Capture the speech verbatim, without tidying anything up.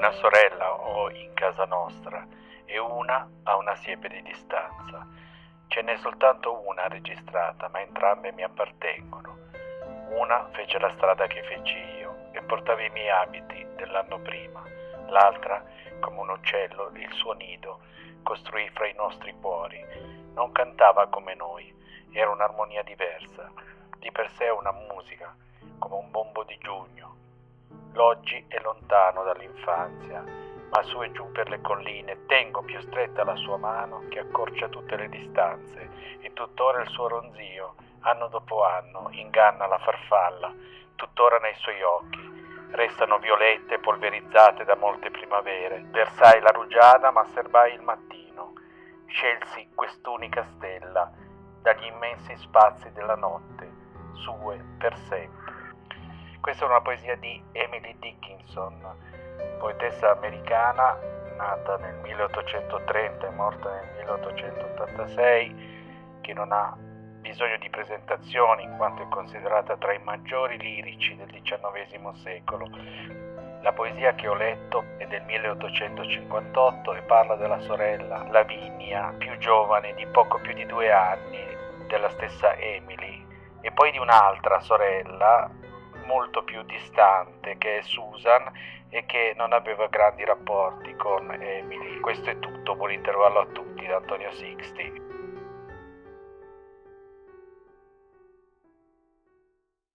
Una sorella ho in casa nostra e una a una siepe di distanza. Ce n'è soltanto una registrata, ma entrambe mi appartengono. Una fece la strada che feci io e portava i miei abiti dell'anno prima. L'altra, come un uccello, il suo nido costruì fra i nostri cuori. Non cantava come noi, era un'armonia diversa. Di per sé una musica, come un bombo di giugno. L'oggi è lontano dall'infanzia, ma su e giù per le colline tengo più stretta la sua mano che accorcia tutte le distanze, e tuttora il suo ronzio, anno dopo anno, inganna la farfalla, tuttora nei suoi occhi. Restano violette polverizzate da molte primavere. Versai la rugiada, ma serbai il mattino. Scelsi quest'unica stella dagli immensi spazi della notte, sue per sempre. Questa è una poesia di Emily Dickinson, poetessa americana nata nel milleottocentotrenta e morta nel milleottocentottantasei, che non ha bisogno di presentazioni in quanto è considerata tra i maggiori lirici del diciannovesimo secolo. La poesia che ho letto è del milleottocentocinquantotto e parla della sorella Lavinia, più giovane di poco più di due anni della stessa Emily, e poi di un'altra sorella molto più distante che è Susan e che non aveva grandi rapporti con Emily. Questo è tutto, buon intervallo a tutti da Antonio Sixti.